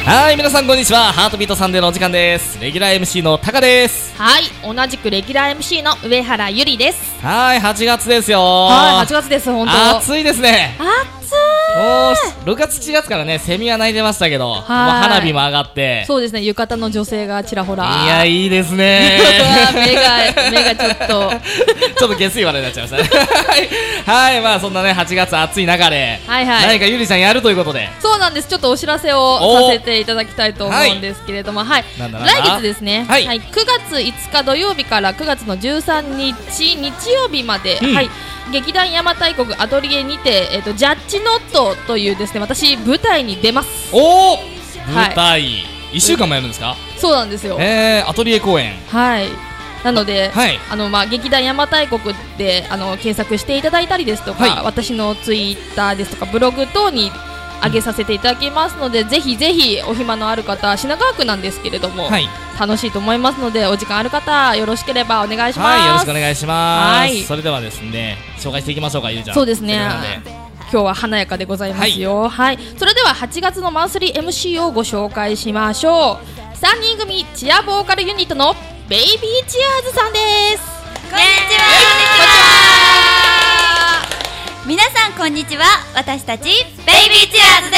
はい、皆さんこんにちは。ハートビートサンデーのお時間です。レギュラー MC のタカです。 はい、同じくレギュラー MC の上原ゆりです。 はい、8月ですよ。 はい、8月です。本当暑いですね。 暑い。 もう6月7月からね、セミは鳴いてましたけど、もう花火も上がって、 そうですね、浴衣の女性がちらほら。 いや、いいですね。 目がちょっとちょっと下水笑いになっちゃいましたね。はい、まあそんなね8月暑い中で、 はいはい、 何かゆりさんやるということで。 そうなんです。ちょっとお知らせをさせていただきたいと思うんですけれども、はい、来月ですね、はいはい、9月5日土曜日から9月の13日日曜日まで、はい、劇団邪馬台国アトリエにて、ジャッジノットというですね、私舞台に出ます。 おー、舞台、1週間もやるんですか？ そうなんですよ。 アトリエ公演。 はい。なので、 はい、 劇団邪馬台国で検索していただいたりですとか、はい、私のツイッターですとかブログ等に上げさせていただきますので、ぜひぜひお暇のある方、品川区なんですけれども、はい、楽しいと思いますので、お時間ある方よろしければお願いします。 はい、よろしくお願いします。 はい、 それではですね、紹介していきましょうか。ゆうちゃん。 そうですね、今日は華やかでございますよ。はい、はい、それでは8月のマンスリー MC をご紹介しましょう。3人組チアボーカルユニットのベイビーチアーズさんです。 こんにちは。皆さんこんにちは。私たちベイビーチアーズです。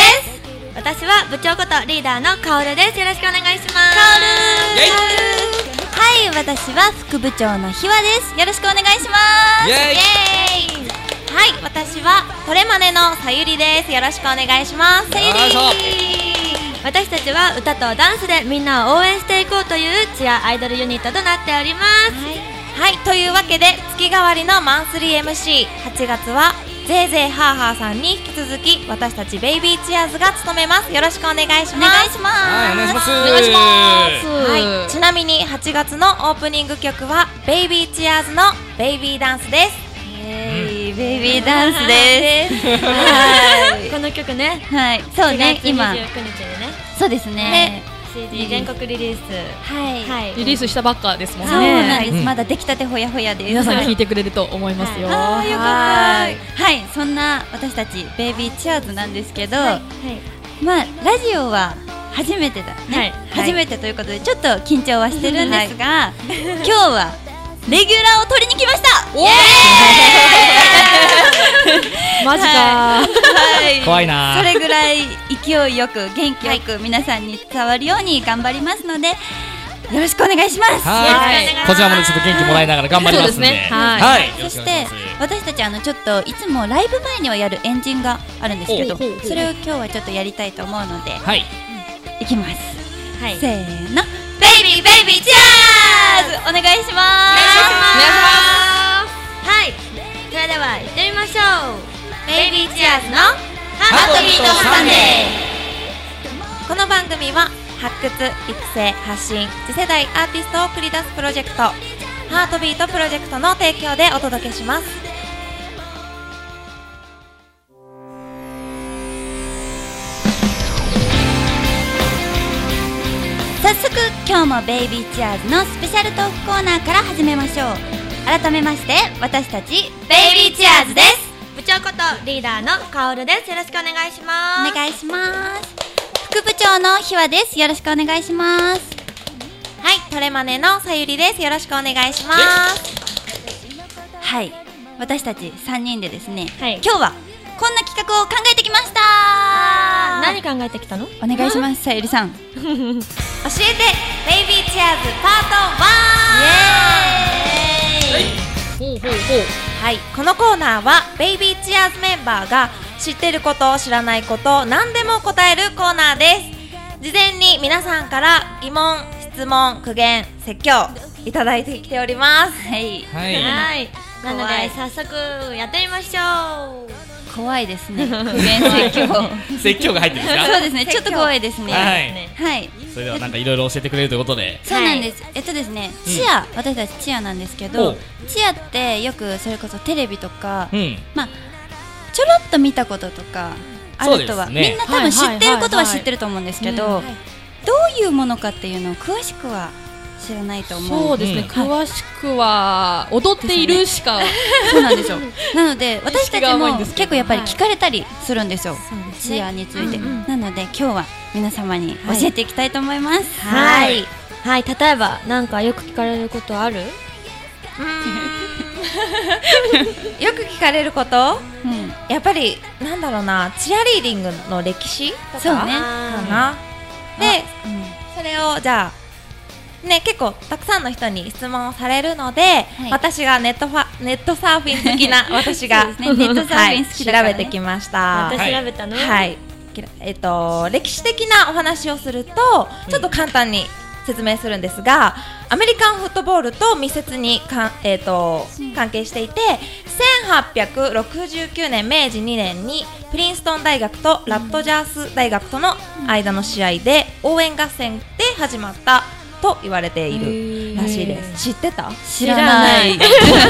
私は部長ことリーダーのカオルです。よろしくお願いします。カオル。はい、私は副部長のひわです。よろしくお願いします。イエーイ。はい、私はトレマネのさゆりです。よろしくお願いします。さゆり。私たちは歌とダンスでみんなを応援していこうというチアアイドルユニットとなっております。はい、というわけで月替わりのマンスリー MC8 月はゼーゼーハーハーさんに引き続き私たちベイビーチアーズが務めます。よろしくお願いします。お願いします。 はい、お願いします。 お願いします。 はい、ちなみに8月のオープニング曲はベイビーチアーズのベイビーダンスです。ベイビーダンスです。はい、この曲ね、はい、そうね、今そうですね、CD 全国リリース、はい、 リリースしたばっかですもんね。 そうなんです。まだ出来たてほやほやです。 皆さん聞いてくれると思いますよ。 ああ、よかった。はい、そんな私たちベイビーチアーズなんですけど、まあラジオは初めてだね。初めてということでちょっと緊張はしてるんですが、今日はレギュラーを取りに来ました。 おーマジか。 はい、 怖いな。 それぐらい勢いよく元気よく皆さんに伝わるように頑張りますので、よろしくお願いします。 はい、こちらもねちょっと元気もらいながら頑張りますんで。 はい。そして私たちちょっといつもライブ前にはやるエンジンがあるんですけど、それを今日はちょっとやりたいと思うので、はい、いきます。はい、せーの、ベイビーベイビーチアーズ、お願いします。お願いします。はい、それでは行ってみましょう。ベイビーチアーズのハートビートサンデー。この番組は発掘、育成、発信、次世代アーティストを繰り出すプロジェクト、ハートビートプロジェクトの提供でお届けします。早速今日もベイビーチアーズのスペシャルトークコーナーから始めましょう。改めまして私たちベイビーチアーズです。部長ことリーダーのカオルです。よろしくお願いします。お願いします。副部長のひわです。よろしくお願いします。はい、トレマネのさゆりです。よろしくお願いします。はい、私たち3人でですね、今日はこんな企画を考えてきました。 何考えてきたの？ お願いします、さゆりさん。教えてベイビーチアーズパート1。イエーイ。はい、このコーナーはベイビーチアーズメンバーが知ってること、知らないこと、何でも答えるコーナーです。事前に皆さんから疑問、質問、苦言、説教いただいてきております。はい、なので早速やってみましょう。怖いですね。苦言説教。 説教が入ってるんですか？ そうですね、ちょっと怖いですね。はい。 それではなんかいろいろ教えてくれるということで。 そうなんです。ですね、チア、私たちチアなんですけど、チアってよくそれこそテレビとか、まあちょろっと見たこととかあるとは、みんな多分知ってることは知ってると思うんですけど、どういうものかっていうのを詳しくは知らないと思う。 そうですね、詳しくは踊っているしか。 そうなんですよ。なので私たちも結構やっぱり聞かれたりするんですよ、チアについて。なので今日は皆様に教えていきたいと思います。 はい、はい、例えばなんかよく聞かれることある？ よく聞かれること、やっぱりなんだろうな、チアリーディングの歴史とかかな。で、それをじゃあね、結構たくさんの人に質問をされるので、私がネットサーフィン好きな私がネットサーフィン好きだからね、調べてきました。 調べたの？ はい。歴史的なお話をすると、ちょっと簡単に説明するんですが、アメリカンフットボールと密接に関係していて、1869年明治2年にプリンストン大学とラットジャース大学との間の試合で応援合戦で始まったと言われているらしいです。知ってた？ 知らない。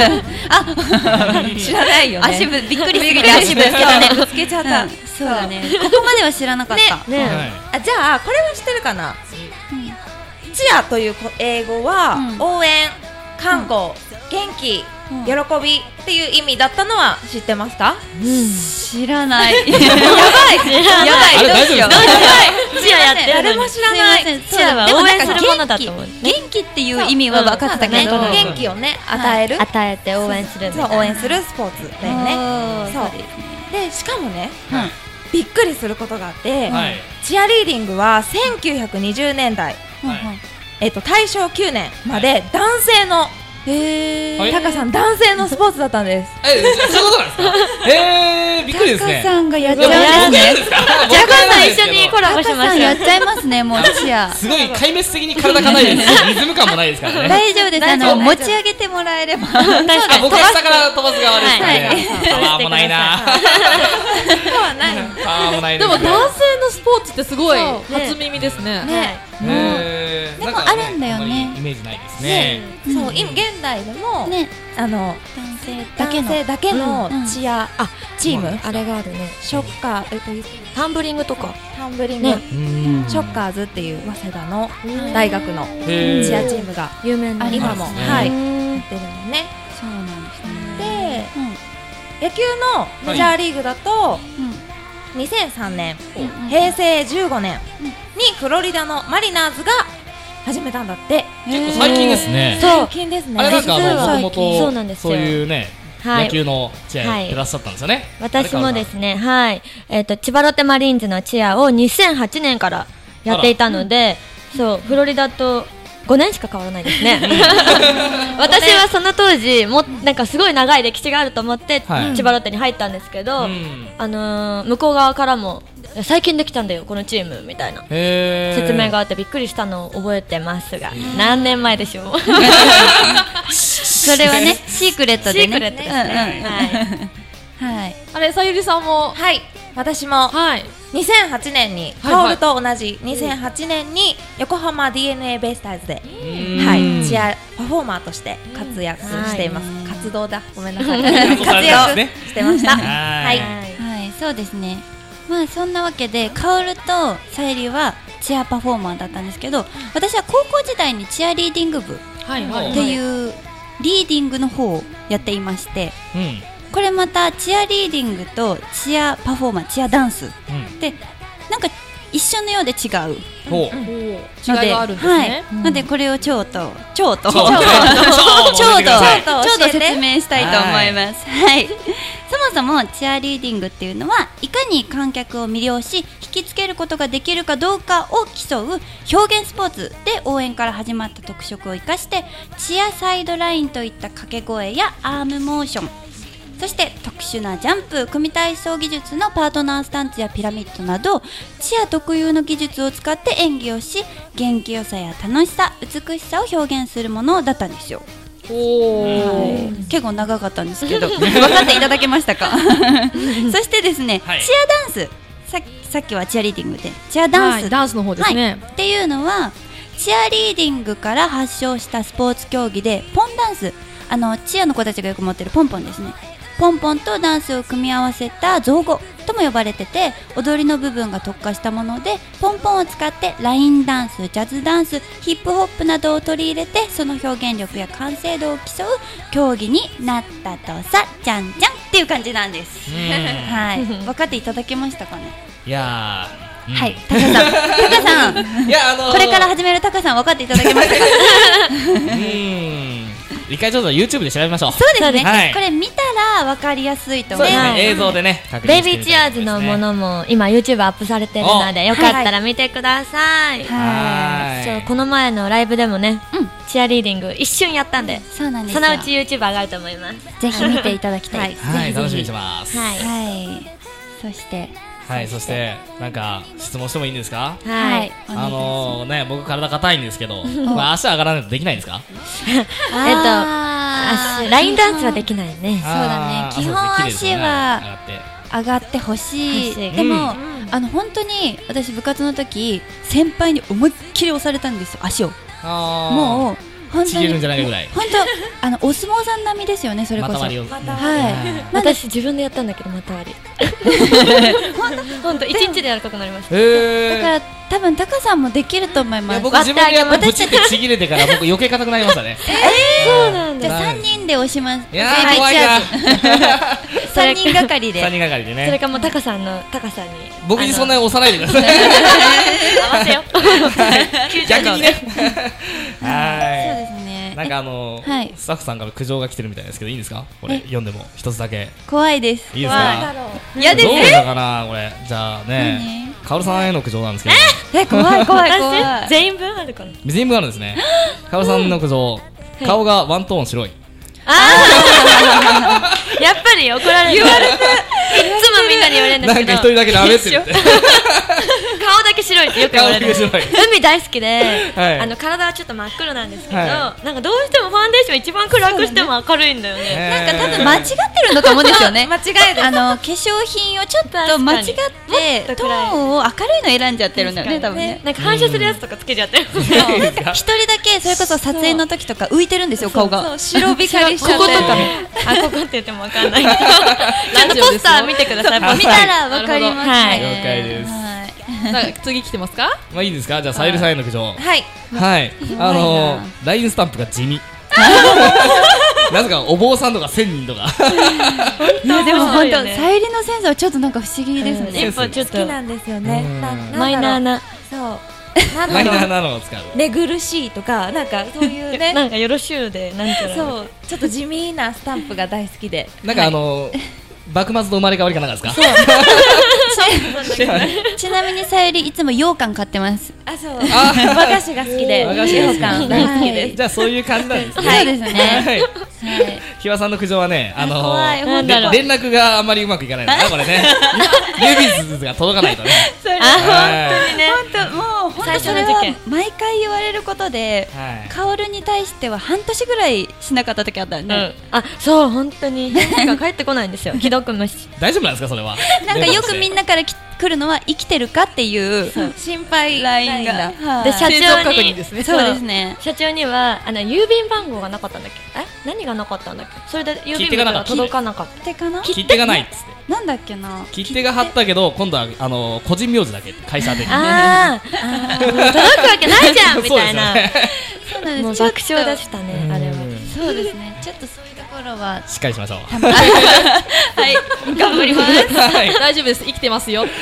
知らないよね。 足ぶびっくりすぎて足ぶつけたね。 ぶつけちゃった。 そうだね。ここまでは知らなかった。 じゃあこれは知ってるかな？チアという英語は応援、看護、元気、喜びっていう意味だったのは知ってますか？ 知らない。やばい。 どうしよう。 チアやってるのに誰も知らない。 チアは応援するものだと思う。 元気っていう意味は分かってたけど、 元気をね与える、 与えて応援する。 そう、応援するスポーツだよね。そうで、しかもね、びっくりすることがあって、チアリーディングは1920年代、大正9年まで男性のタカさん男性のスポーツだったんです。 そういうことなんですか？びっくりですね。 タカさんがやっちゃうんです。 タカさん一緒にコラボしましょう。 やっちゃいますね、もうチア。 すごい壊滅的に体がないです。リズム感もないですからね。 大丈夫です。持ち上げてもらえれば。 僕は下から飛ばす側ですね。パワーもないな。パワーもない。 でも男性のスポーツってすごい初耳ですね。 でもあるんだよね。 イメージないですね。 そう、現代でも男性だけのチアチーム、 あれがあるね。 ショッカー、 タンブリングとか、 ショッカーズっていう早稲田の大学のチアチームが有名な今もやってるのね。 そうなんですね。 で、野球のメジャーリーグだと2003年、平成15年にフロリダのマリナーズが始めたんだって。 結構最近ですね。 最近ですね。 あれなんかもともそうなんですよ。 そういうね、野球のチアやってらっしゃったんですよね。 私もですね、はい、千葉ロッテマリーンズのチアを2008年からやっていたので、そう、フロリダと5年しか変わらないですね。私はその当時なんかすごい長い歴史があると思って千葉ロッテに入ったんですけど、向こう側からも最近できたんだよこのチームみたいな説明があってびっくりしたのを覚えてますが、何年前でしょう。 それはね、シークレットでね。 シークレットですね。 はい。 あれ、さゆりさんも。 はい、私も2008年にカオルと同じ2008年に横浜 DNA ベイスターズでチアパフォーマーとして活躍しています。活動だ、ごめんなさい。活躍してました。はい、 そうですね。まあそんなわけでカオルとさゆりはチアパフォーマーだったんですけど、私は高校時代にチアリーディング部っていうリーディングの方をやっていまして、これまたチアリーディングとチアパフォーマー、チアダンスってなんか一緒のようで違う違いがあるんですね。 なのでこれをちょうど説明したいと思います。はい。そもそもチアリーディングっていうのはいかに観客を魅了し引きつけることができるかどうかを競う表現スポーツで、応援から始まった特色を生かしてチアサイドラインといった掛け声やアームモーション、そして特殊なジャンプ、組体操技術のパートナースタンツやピラミッドなどチア特有の技術を使って演技をし、元気よさや楽しさ、美しさを表現するものだったんですよ。結構長かったんですけど分かっていただけましたか？そしてですね、チアダンス、さっきはチアリーディングでチアダンス、 ダンスの方ですね。 っていうのはチアリーディングから発祥したスポーツ競技で、ポンダンス、チアの子たちがよく持ってるポンポンですね。ポンポンとダンスを組み合わせた造語とも呼ばれてて、踊りの部分が特化したもので、ポンポンを使ってラインダンス、ジャズダンス、ヒップホップなどを取り入れて、その表現力や完成度を競う競技になったとさ、じゃんじゃんっていう感じなんです。はい、分かっていただけましたかね？ いやはい、タカさんいや、これから始めるタカさん分かっていただけますか？ 一回ちょっと YouTube で調べましょう。 そうですね、これ見たら分かりやすいと思います。 映像でね、 ベイビーチアーズのものも今 YouTube アップされてるので、よかったら見てください。そう、この前のライブでもね、チアリーディング一瞬やったんで、そのうち YouTube 上がると思います。 ぜひ見ていただきたい。 はい、楽しみにしてます。 はい、そしてなんか質問してもいいんですか？ はい。 僕体硬いんですけど、足上がらないとできないんですか？ 足ラインダンスはできないね。 そうだね。基本足は上がってほしい。でも本当に私部活の時先輩に思いっきり押されたんですよ、足を。もう本当にるんじゃないぐらい。 本当お相撲さん並みですよね、それこそ。はい。 私自分でやったんだけど股割り。本当一日でやることになりました。 だから多分タカさんもできると思います。 僕自分でやってブチってちぎれてから僕余計硬くなりましたね。 そうなんだ。 じゃあ3人で押します。 いやー怖いな。 3人がかりで。 3人がかりでね。 それかもうタカさんに僕にそんなに押さないでください。 合わせよ。 逆にね。 はい。そうですね。 なんかスタッフさんから苦情が来てるみたいですけど、いいんですか？これ読んでも一つだけ。 怖いです。 いいですか？ 嫌です。 どういうのかなこれ。じゃあね、カオルさんへの苦情なんですけど。 怖い。 全員分あるかな。 全員分あるんですね。カオルさんの苦情、顔がワントーン白い。 やっぱり怒られる。言われていつもみんなに言われるんですけど、 なんか一人だけダメって言って顔だけ白いってよく言われる。海大好きで、 はい、 体はちょっと真っ黒なんですけど、はい、なんかどうしてもファンデーション一番暗くしても明るいんだよね。 なんか多分間違ってるんだと思うんですよね。間違いです。化粧品をちょっと間違ってトーンを明るいの選んじゃってるんだよね、多分ね。 なんか反射するやつとかつけちゃってる。 なんか一人だけそれこそ撮影の時とか浮いてるんですよ、顔が。白光りしちゃって。 ここって言ってもわかんない。ちょっとポスター見てください。 見たらわかります。 はい、了解です。 次来てますか？ まあいいですか？じゃあさゆりさんへの苦情。 はいはい。ラインスタンプが地味。なぜかお坊さんとか1000人とか。 でも本当さゆりのセンスはちょっとなんか不思議ですね。 やっぱちょっと好きなんですよね。 マイナーな。 そう。 マイナーなのを使う。 寝苦しいとかなんかそういうね。 なんかよろしゅうでなんちゃら。 そう。ちょっと地味なスタンプが大好きで。 なんか幕末の生まれ変わりかなんかですか？ ちなみにさゆりいつも羊羹買ってます。 そう。和菓子が好きで羊羹大好きです。 じゃあそういう感じなんですね。 そうですね。 ひわさんの苦情はね、連絡があんまりうまくいかないんだなこれね。郵便物が届かないとね。 本当にね。 もう最初の事件毎回言われることで、カオルに対しては半年ぐらいしなかった時あったよね。 そう本当に返事が返ってこないんですよ。既読無視。 大丈夫なんですかそれは？ なんかよくみんなから来るのは生きてるかっていう心配ラインが。 で社長にそうですね。 社長には郵便番号がなかったんだっけ？何がなかったんだっけ？それで郵便物が届かなかった。 切手がないっつって。 なんだっけな。 切手が貼ったけど今度は個人名字だけ会社で。 届くわけないじゃんみたいな。 そうなんです。 もう爆笑でしたねあれは。 そうですね。ちょっとそういうところはしっかりしましょう。 はい頑張ります。 大丈夫です。生きてますよ。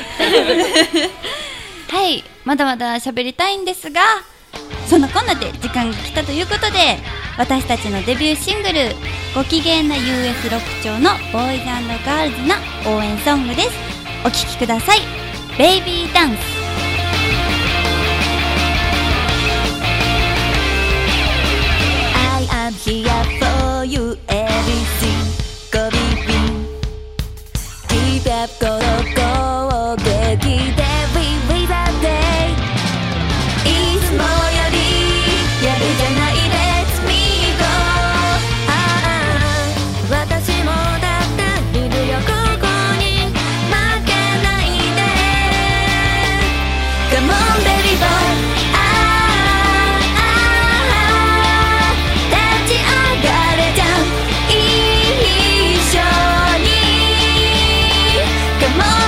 はい、まだまだ喋りたいんですが、そんなこんなで時間が来たということで、私たちのデビューシングルご機嫌な US ロック調のボーイズ&ガールズな応援ソングです。お聴きください。ベイビーダンス。I'm here for you, everything. Go be Keep up, go, go, get it every day. いつもよりやるじゃない Let's me go. 私もだっているよここに負けないで Come on baby boy.「Come on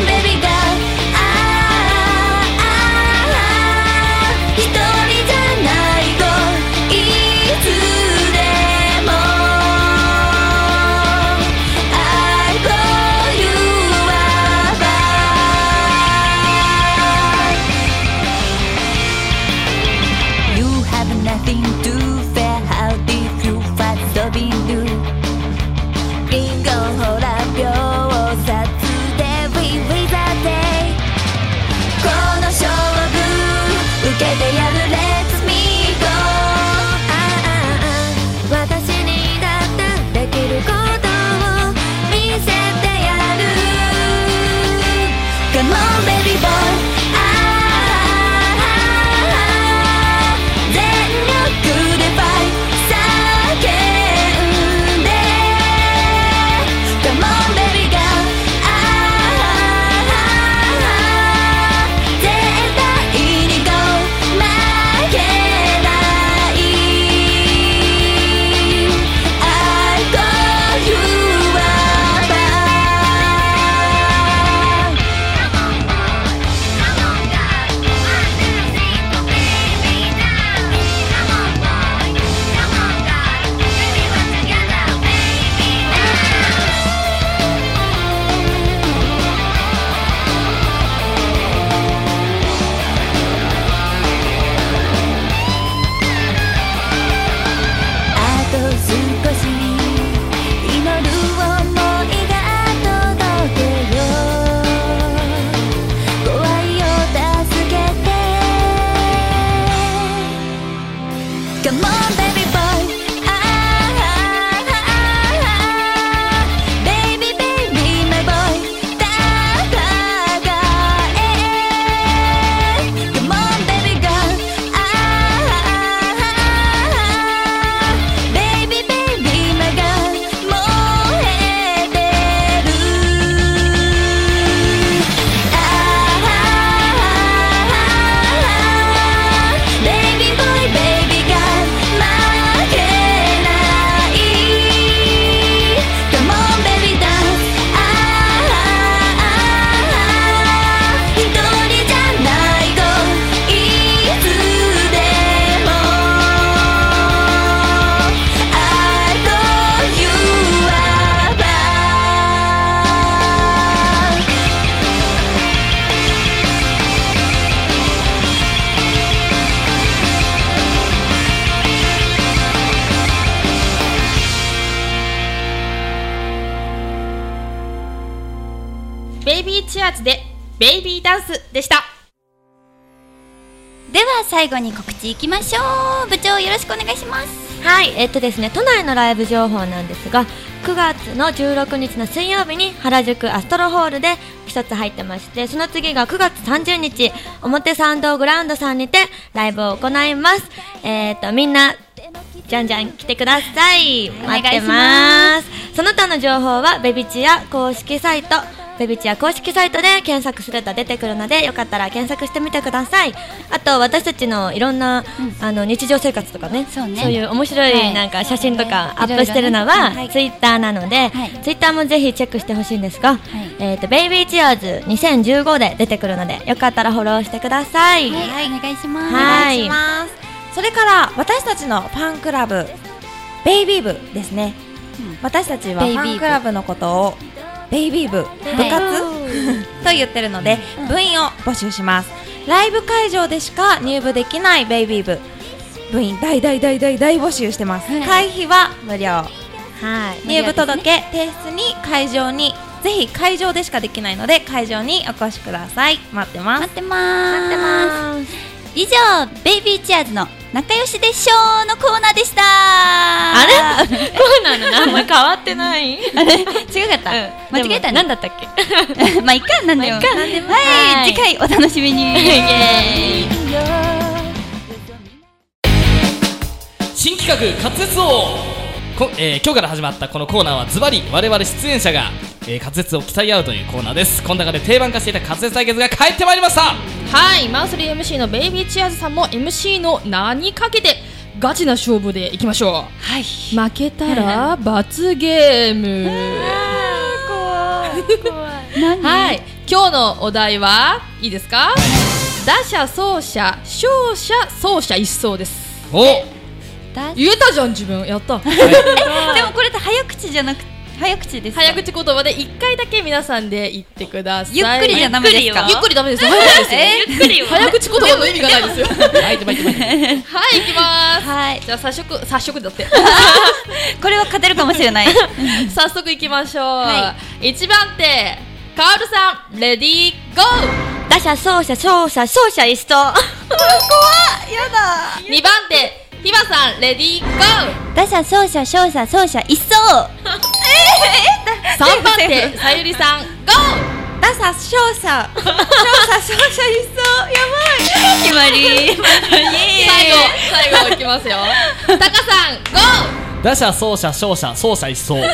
ベイビーチアーズでベイビーダンスでした。 では最後に告知いきましょう。部長よろしくお願いします。 はい、ですね、都内のライブ情報なんですが、9月の16日の水曜日に原宿アストロホールで一つ入ってまして、その次が9月30日表参道グラウンドさんにてライブを行います。みんなじゃんじゃん来てください。待ってます。その他の情報はベビチア公式サイト、ベビチア公式サイトで検索すると出てくるので、よかったら検索してみてください。あと私たちのいろんな、日常生活とかね、そういう面白いなんか写真とかアップしてるのはツイッターなので、ツイッターもぜひチェックしてほしいんですが、ベイビーチアーズ2015で出てくるので、よかったらフォローしてください。 はい、お願いします。 お願いします。それから私たちのファンクラブベイビー部ですね、私たちはファンクラブのことをベイビー部、部活と言ってるので、部員を募集します。ライブ会場でしか入部できないベイビー部、部員大募集してます。会費は無料、入部届提出に会場に、ぜひ会場でしかできないので会場にお越しください。待ってます。 以上、ベイビーチアーズの仲良しでしょうのコーナーでした。 あれコーナーの名前変わってない？ あれ違かった、間違えたね。 何だったっけ？ まあいかん、なんでも、はい、次回お楽しみに。 新企画滑舌王、今日から始まったこのコーナーはズバリ我々出演者が、滑舌を競い合うというコーナーです。この中で定番化していた滑舌対決が帰ってまいりました。 はい、マンスリー MC のベイビーチアーズさんも MC の名にかけてガチな勝負でいきましょう。はい、負けたら罰ゲーム。怖い。はい、今日のお題はいいですか？打者走者勝者走者一掃です。 お、 言えたじゃん自分。やった。 でもこれって早口じゃなくて早口ですか？早口言葉で1回だけ皆さんで言ってください。 ゆっくりじゃダメですか？ ゆっくりダメですよ。ゆっくりよ。早口言葉の意味がないですよ。はい、行きます。はい、じゃあ早速だって。 これは勝てるかもしれない。 早速行きましょう。1番手、カオルさん、レディーゴー。 打者走者勝者走者一掃。怖っ、やだ。 2番手、ひばさん、レディーゴー。 打者走者勝者走者一掃。 3番手、さゆりさん、ゴー。 打者勝者勝者一掃。やばい。 決まり。 最後いきますよ。たかさん、ゴー。 打者走者勝者走者一掃。 ウィナ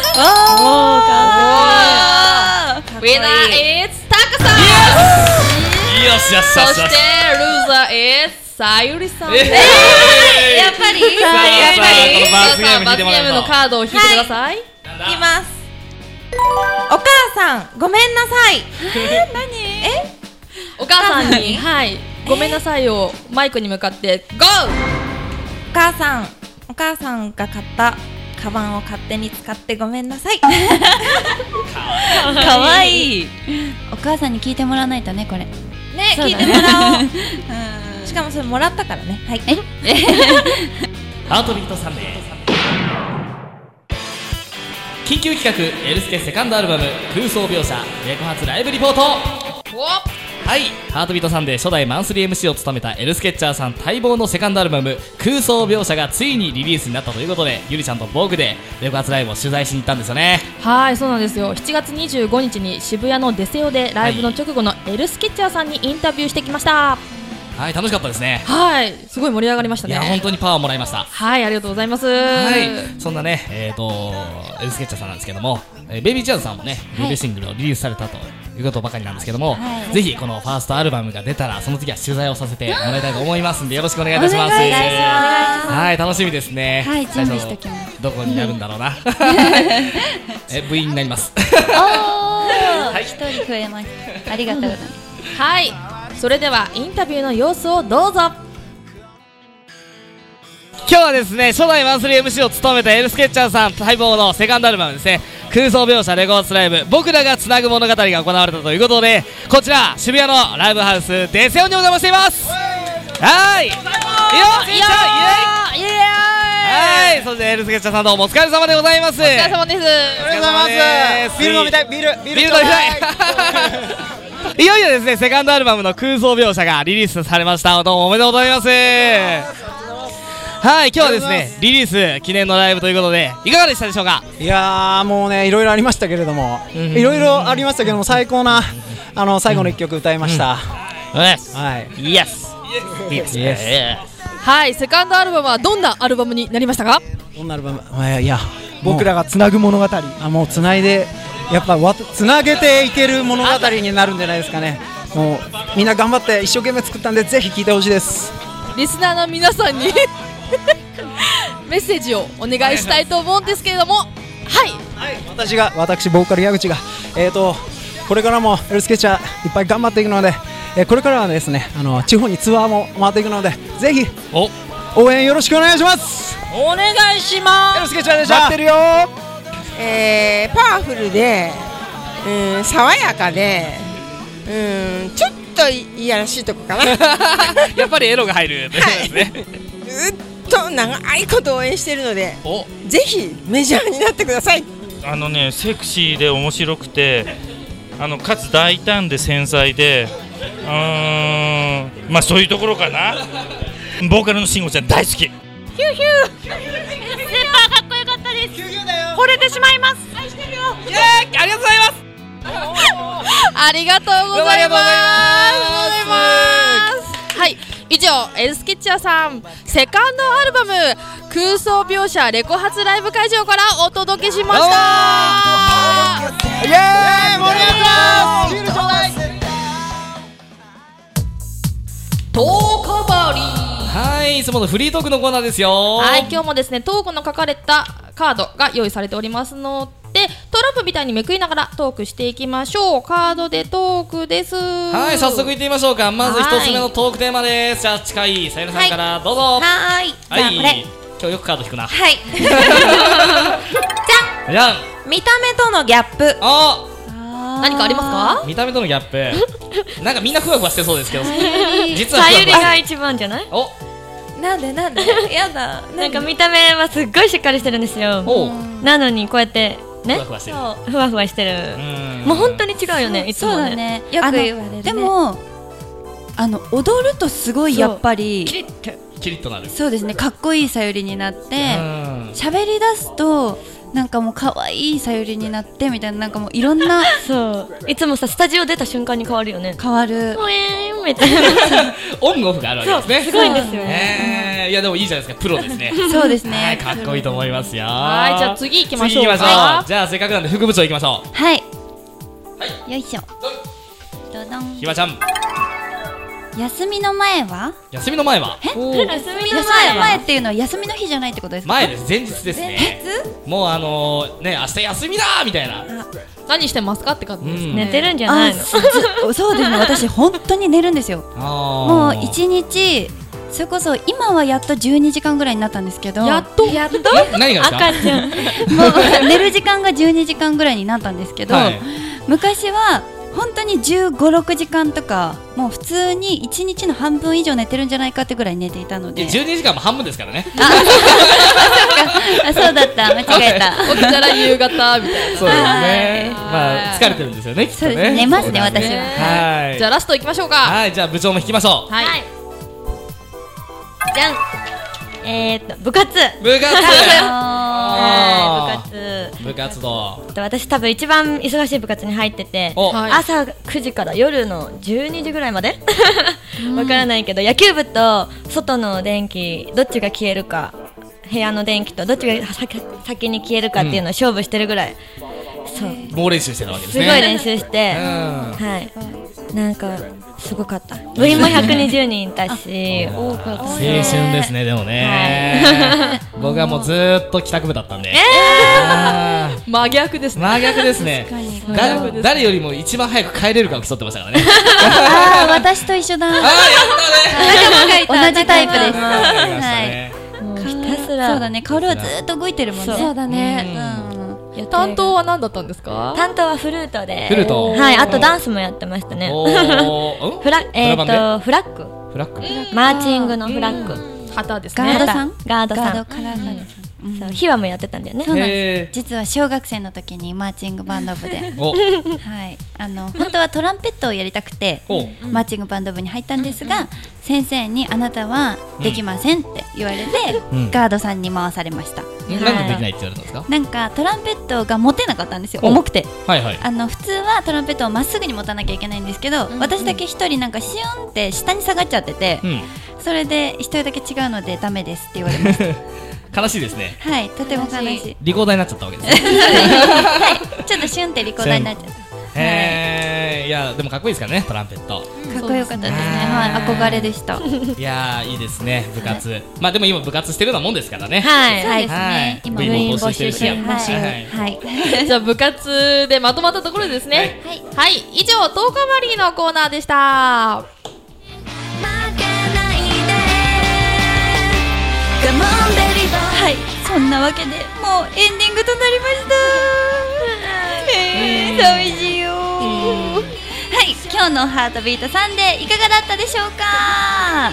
ー is たかさん。 よし。 そしてルーザー is さゆりさん。やっぱり罰ゲームのカードを引いてください。 いきます。お母さんごめんなさい。何？ お母さんに、はい、ごめんなさいをマイクに向かってゴー。 お母さんが買ったカバンを勝手に使ってごめんなさい。 かわいい。お母さんに聞いてもらわないとね、これね、 聞いてもらおう。しかもそれもらったからね。はい。 ハートビートサンデー緊急企画、エルスケセカンドアルバム空想描写レコ発ライブリポート。はい、ハートビートサンデー初代マンスリー MC を務めたエルスケッチャーさん待望のセカンドアルバム空想描写がついにリリースになったということで、ゆりちゃんと僕でレコ発ライブを取材しに行ったんですよね。 はい、そうなんですよ。7月25日に渋谷のデセオでライブの直後のエルスケッチャーさんにインタビューしてきました。 はい、楽しかったですね。 はい、すごい盛り上がりましたね。 いや、本当にパワーもらいました。 はい、ありがとうございます。 はい、そんなね、エルスケッチャーさんなんですけども、ベイビーチャーズさんもね、デビューシングルをリリースされたということばかりなんですけども、ぜひこのファーストアルバムが出たらその次は取材をさせてもらいたいと思いますんで、よろしくお願いいたします。はい、楽しみですね。 はい、準備しておきます。 どこになるんだろうな。部員になります。 はい、1人増えます。ありがとうございます。 はい、それではインタビューの様子をどうぞ。 今日はですね、初代マンスリー MC を務めたエルスケッチャーさん待望のセカンドアルバムですね、空想描写レコーツライブ僕らがつなぐ物語が行われたということで、こちら渋谷のライブハウスデセオにお邪魔しています。はい、よっしゃ、イエーイ。ははい、そしてエルスケッチャーさんどうもお疲れ様でございます。 お疲れ様です。 お疲れ様です。ビール飲みたい、ビール飲みたい。 いよいよですね、セカンドアルバムの空想描写がリリースされました。どうもおめでとうございます。はい、今日はですね、リリース記念のライブということでいかがでしたでしょうか。 いやー、もうね、いろいろありましたけれども、いろいろありましたけども、最高な最後の一曲歌いました。 はい、 イエス。 はい、セカンドアルバムはどんなアルバムになりましたか。 どんなアルバム。いや、僕らがつなぐ物語、もうつないでやっぱつなげていける物語になるんじゃないですかね。もうみんな頑張って一生懸命作ったんで、ぜひ聴いてほしいです。 リスナーの皆さんにメッセージをお願いしたいと思うんですけれども、はい、 私ボーカル矢口がこれからもエルスケッチャーいっぱい頑張っていくので、これからはですね、地方にツアーも回っていくので、ぜひ応援よろしくお願いします。 お願いします。 エルスケッチャーでした。 待ってるよ。パワフルで、爽やかで、ちょっといやらしいとこかな。 やっぱりエロが入るということですね。 長いこと応援しているので、ぜひメジャーになってください。 セクシーで面白くて、かつ大胆で繊細で、まあそういうところかな。ボーカルの慎吾ちゃん大好き。ヒューヒュー。スーパーかっこよかったです。 惚れてしまいます。 愛してるよ。 イエーイ、ありがとうございます。 ありがとうございます。はい、以上エルスケッチャーさんセカンドアルバム空想描写レコ発ライブ会場からお届けしました。 イエーイ、盛り上がった。ビールちょうだい。 トークバリー。 はい、いつものフリートークのコーナーですよ。 はい、今日もですねトークの書かれたカードが用意されておりますので、トランプみたいにめくりながらトークしていきましょう。カードでトークです。 はい、早速いってみましょうか。まず一つ目のトークテーマです。じゃあ近いさゆりさんからどうぞ。 はい、 じゃあこれ今日よくカード引くな。 はいじゃん、 見た目とのギャップ。 何かありますか。 見た目とのギャップなんかみんなふわふわしてそうですけど実はさゆりが一番じゃない。 お、 なんでやだ。 なんか見た目はすっごいしっかりしてるんですよ。なのにこうやってね、 ふわふわしてる。 ふわふわしてる。もう本当に違うよね、いつもね。 そうだね、 よく言われるね。 でも踊るとすごいやっぱりキリッとなる。 そうですね、かっこいいさゆりになって喋り出すとなんかもう可愛いさゆりになってみたいな、なんかもういろんなそういつもさスタジオ出た瞬間に変わるよね。 変わるみたいなオンオフがあるわけですね。 すごいんですよね。 いやでもいいじゃないですか、プロですね。 そうですね、 はい、かっこいいと思いますよ。 はい、じゃあ次行きましょう。 じゃあせっかくなんで副部長行きましょう。 はい、よいしょ。どどん。 ひまちゃん、 休みの前は休みの前は休みの前っていうのは休みの日じゃないってことですか。 前です、前日ですね。もうね、明日休みだーみたいな。 何してますかって感じですね。 寝てるんじゃないの。 そうですね、私本当に寝るんですよ。もう一日それこそ今はやっと12時間ぐらいになったんですけど、 やっと何がですか。 赤ちゃんもう寝る時間が12時間ぐらいになったんですけど、昔は本当に15、6時間とか、もう普通に1日の半分以上寝てるんじゃないかってぐらい寝ていたので。 12時間も半分ですからね。 そうだった、間違えた。 起きたら夕方みたいな。 そうですね。まあ疲れてるんですよね、きっとね。 寝ますね、私は。 はい。 じゃあラスト行きましょうか。 はい、じゃあ部長も引きましょう。 はい。 じゃん。部活。 部活動。 私多分一番忙しい部活に入ってて、朝9時から夜の12時ぐらいまでわからないけど、野球部と外の電気どっちが消えるか、部屋の電気とどっちが先に消えるかっていうのを勝負してるぐらい、そう猛練習してたわけですね。 すごい練習して、はい、なんかすごかった。部員も120人いたし、多かった。青春ですね。でもね、僕はもうずーっと帰宅部だったんで、 真逆ですね。 真逆ですね。誰よりも一番早く帰れるかを競ってましたからね。 私と一緒だ。 やったね。同じタイプです。 はい。 もうひたすら。 そうだね、カオルはずっと動いてるもんね。 そうだね。担当は何だったんですか。 担当はフルートで、 フルート、 はい、あとダンスもやってましたね。フラッグ、マーチングのフラッグ。 方ですね。 ガードさん、ガードさん、 カラーガードさん、 そう、秘話もやってたんだよね。 そうなんです。実は小学生の時にマーチングバンド部で、はい、本当はトランペットをやりたくてマーチングバンド部に入ったんですが、先生にあなたはできませんって言われて、ガードさんに回されました。 なんでできないって言われたんですか？ なんかトランペットが持てなかったんですよ、重くて。 はいはい。 普通はトランペットをまっすぐに持たなきゃいけないんですけど、私だけ一人なんかシュンって下に下がっちゃってて、それで一人だけ違うのでダメですって言われました。 悲しいですね。 はい、とても悲しい。 リコーダーになっちゃったわけですね。 はい、ちょっとシュンってリコーダーになっちゃった。 いやでもかっこいいですからね、トランペット。 かっこよかったですね。はい、憧れでした。 いやいいですね、部活。まあでも今部活してるようなもんですからね。 はい、そうですね。 今部員募集してる。 はい。じゃあ部活でまとまったところですね。はい、以上トーカバリーのコーナーでした。 はい、そんなわけでもうエンディングとなりました。寂しいよ。はい、今日のハートビートサンデーいかがだったでしょうか？はい、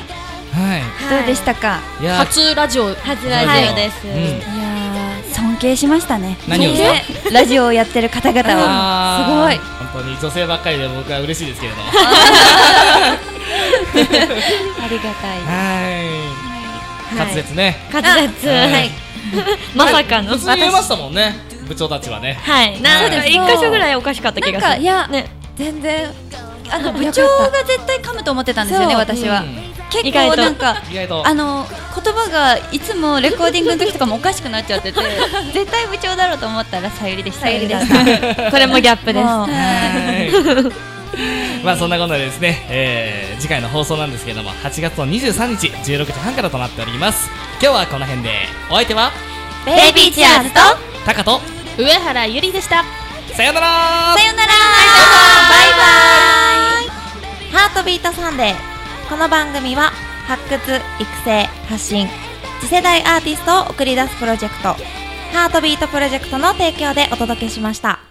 どうでしたか？ 初ラジオです。 いや尊敬しましたね。 何をですか？ ラジオをやってる方々を。すごい。 本当に女性ばっかりで僕は嬉しいですけれども。 ありがたい。 はい。滑舌ね。 滑舌。はい。まさかの。 普通に言えましたもんね、部長たちはね。 はい。なんか一箇所ぐらいおかしかった気がする。 なんかいや全然部長が絶対噛むと思ってたんですよね、私は。結構なんか言葉がいつもレコーディングの時とかもおかしくなっちゃってて、絶対部長だろうと思ったらさゆりでした。 これもギャップです。 まあそんなことでですね、次回の放送なんですけれども8月の23日16時半からとなっております。今日はこの辺で、お相手はベイビーチアーズとタカと上原ゆりでした。 さよなら。 さよなら。 バイバイ。ハートビートサンデー、この番組は発掘、育成、発信、次世代アーティストを送り出すプロジェクト、ハートビートプロジェクトの提供でお届けしました。